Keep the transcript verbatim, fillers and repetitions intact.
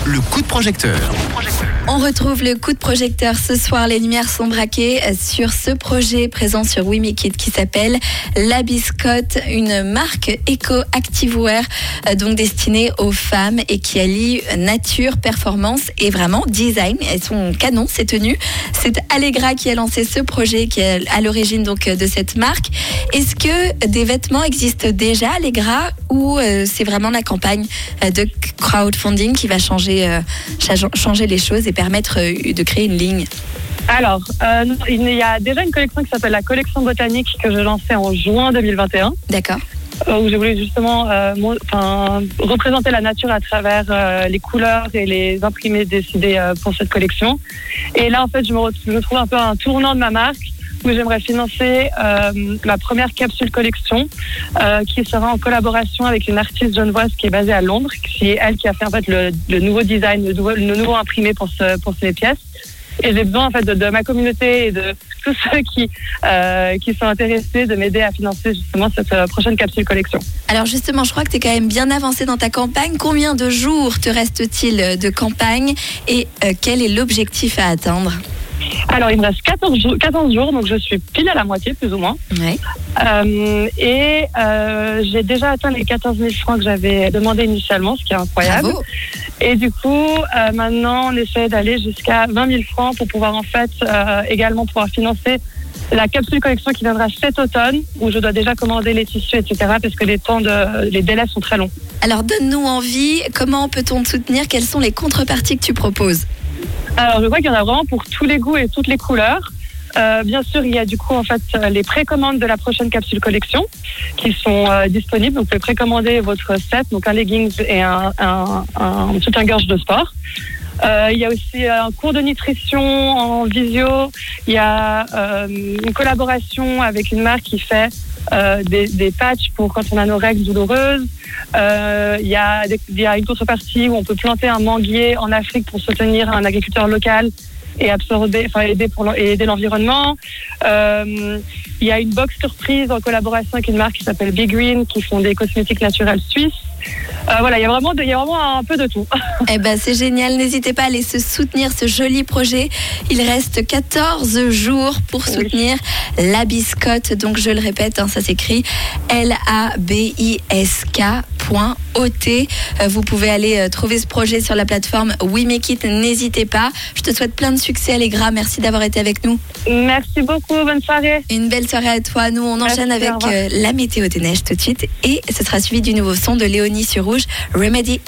le coup de projecteur. On retrouve le coup de projecteur ce soir. Les lumières sont braquées sur ce projet présent sur We Make It qui s'appelle La Biscotte, une marque éco-activewear donc destinée aux femmes et qui allie nature, performance et vraiment design. Elles sont canon, ces tenues. C'est Allegra qui a lancé ce projet, qui est à l'origine donc de cette marque. Est-ce que des vêtements existent déjà, Allegra, ou euh, c'est vraiment la campagne de crowdfunding qui va changer, euh, changer les choses et permettre euh, de créer une ligne? Alors, euh, il y a déjà une collection qui s'appelle la collection botanique que je lançais en juin deux mille vingt et un. D'accord. Où j'ai voulu justement euh, mon, représenter la nature à travers euh, les couleurs et les imprimés décidés euh, pour cette collection. Et là, en fait, je me retrouve, je trouve un peu un tournant de ma marque où j'aimerais financer euh, ma première capsule collection euh, qui sera en collaboration avec une artiste genevoise qui est basée à Londres, qui est elle qui a fait en fait le, le nouveau design, le nouveau, le nouveau imprimé pour, ce, pour ces pièces. Et j'ai besoin en fait de, de ma communauté et de tous ceux qui euh, qui sont intéressés de m'aider à financer justement cette euh, prochaine capsule collection. Alors justement, je crois que tu es quand même bien avancé dans ta campagne. Combien de jours te reste-t-il de campagne et euh, quel est l'objectif à atteindre? Alors, il me reste quatorze jours, quatorze jours, donc je suis pile à la moitié, plus ou moins. Ouais. Euh, et euh, j'ai déjà atteint les quatorze mille francs que j'avais demandé initialement, ce qui est incroyable. Bravo. Et du coup, euh, maintenant, on essaie d'aller jusqu'à vingt mille francs pour pouvoir en fait euh, également pouvoir financer la capsule collection qui viendra cet automne, où je dois déjà commander les tissus, et cetera, parce que les temps de, les délais sont très longs. Alors, donne-nous envie. Comment peut-on te soutenir? Quelles sont les contreparties que tu proposes? Alors, je vois qu'il y en a vraiment pour tous les goûts et toutes les couleurs. Euh, bien sûr, il y a du coup en fait les précommandes de la prochaine capsule collection qui sont euh, disponibles. Donc, vous pouvez précommander votre set, donc un leggings et un, un, un soutien-gorge de sport. Euh, il y a aussi un cours de nutrition en visio. Il y a euh, une collaboration avec une marque qui fait euh, des, des patchs pour quand on a nos règles douloureuses. Euh, il y a des, il y a une contrepartie où on peut planter un manguier en Afrique pour soutenir un agriculteur local et absorber, enfin aider pour et aider l'environnement. Euh, il y a une box surprise en collaboration avec une marque qui s'appelle Big Green qui font des cosmétiques naturels suisses. Euh, voilà, il y a vraiment, il y a vraiment un peu de tout. Eh ben, c'est génial. N'hésitez pas à aller se soutenir ce joli projet. Il reste quatorze jours pour soutenir oui. La Biscotte. Donc, je le répète, hein, ça s'écrit L A B I S K point O T. Euh, vous pouvez aller euh, trouver ce projet sur la plateforme We Make It. N'hésitez pas. Je te souhaite plein de succès, Allegra. Merci d'avoir été avec nous. Merci beaucoup. Bonne soirée. Une belle soirée à toi. Nous, on Merci, enchaîne avec euh, la météo des neiges tout de suite. Et ce sera suivi du nouveau son de Léonie sur Rouge, Remedy.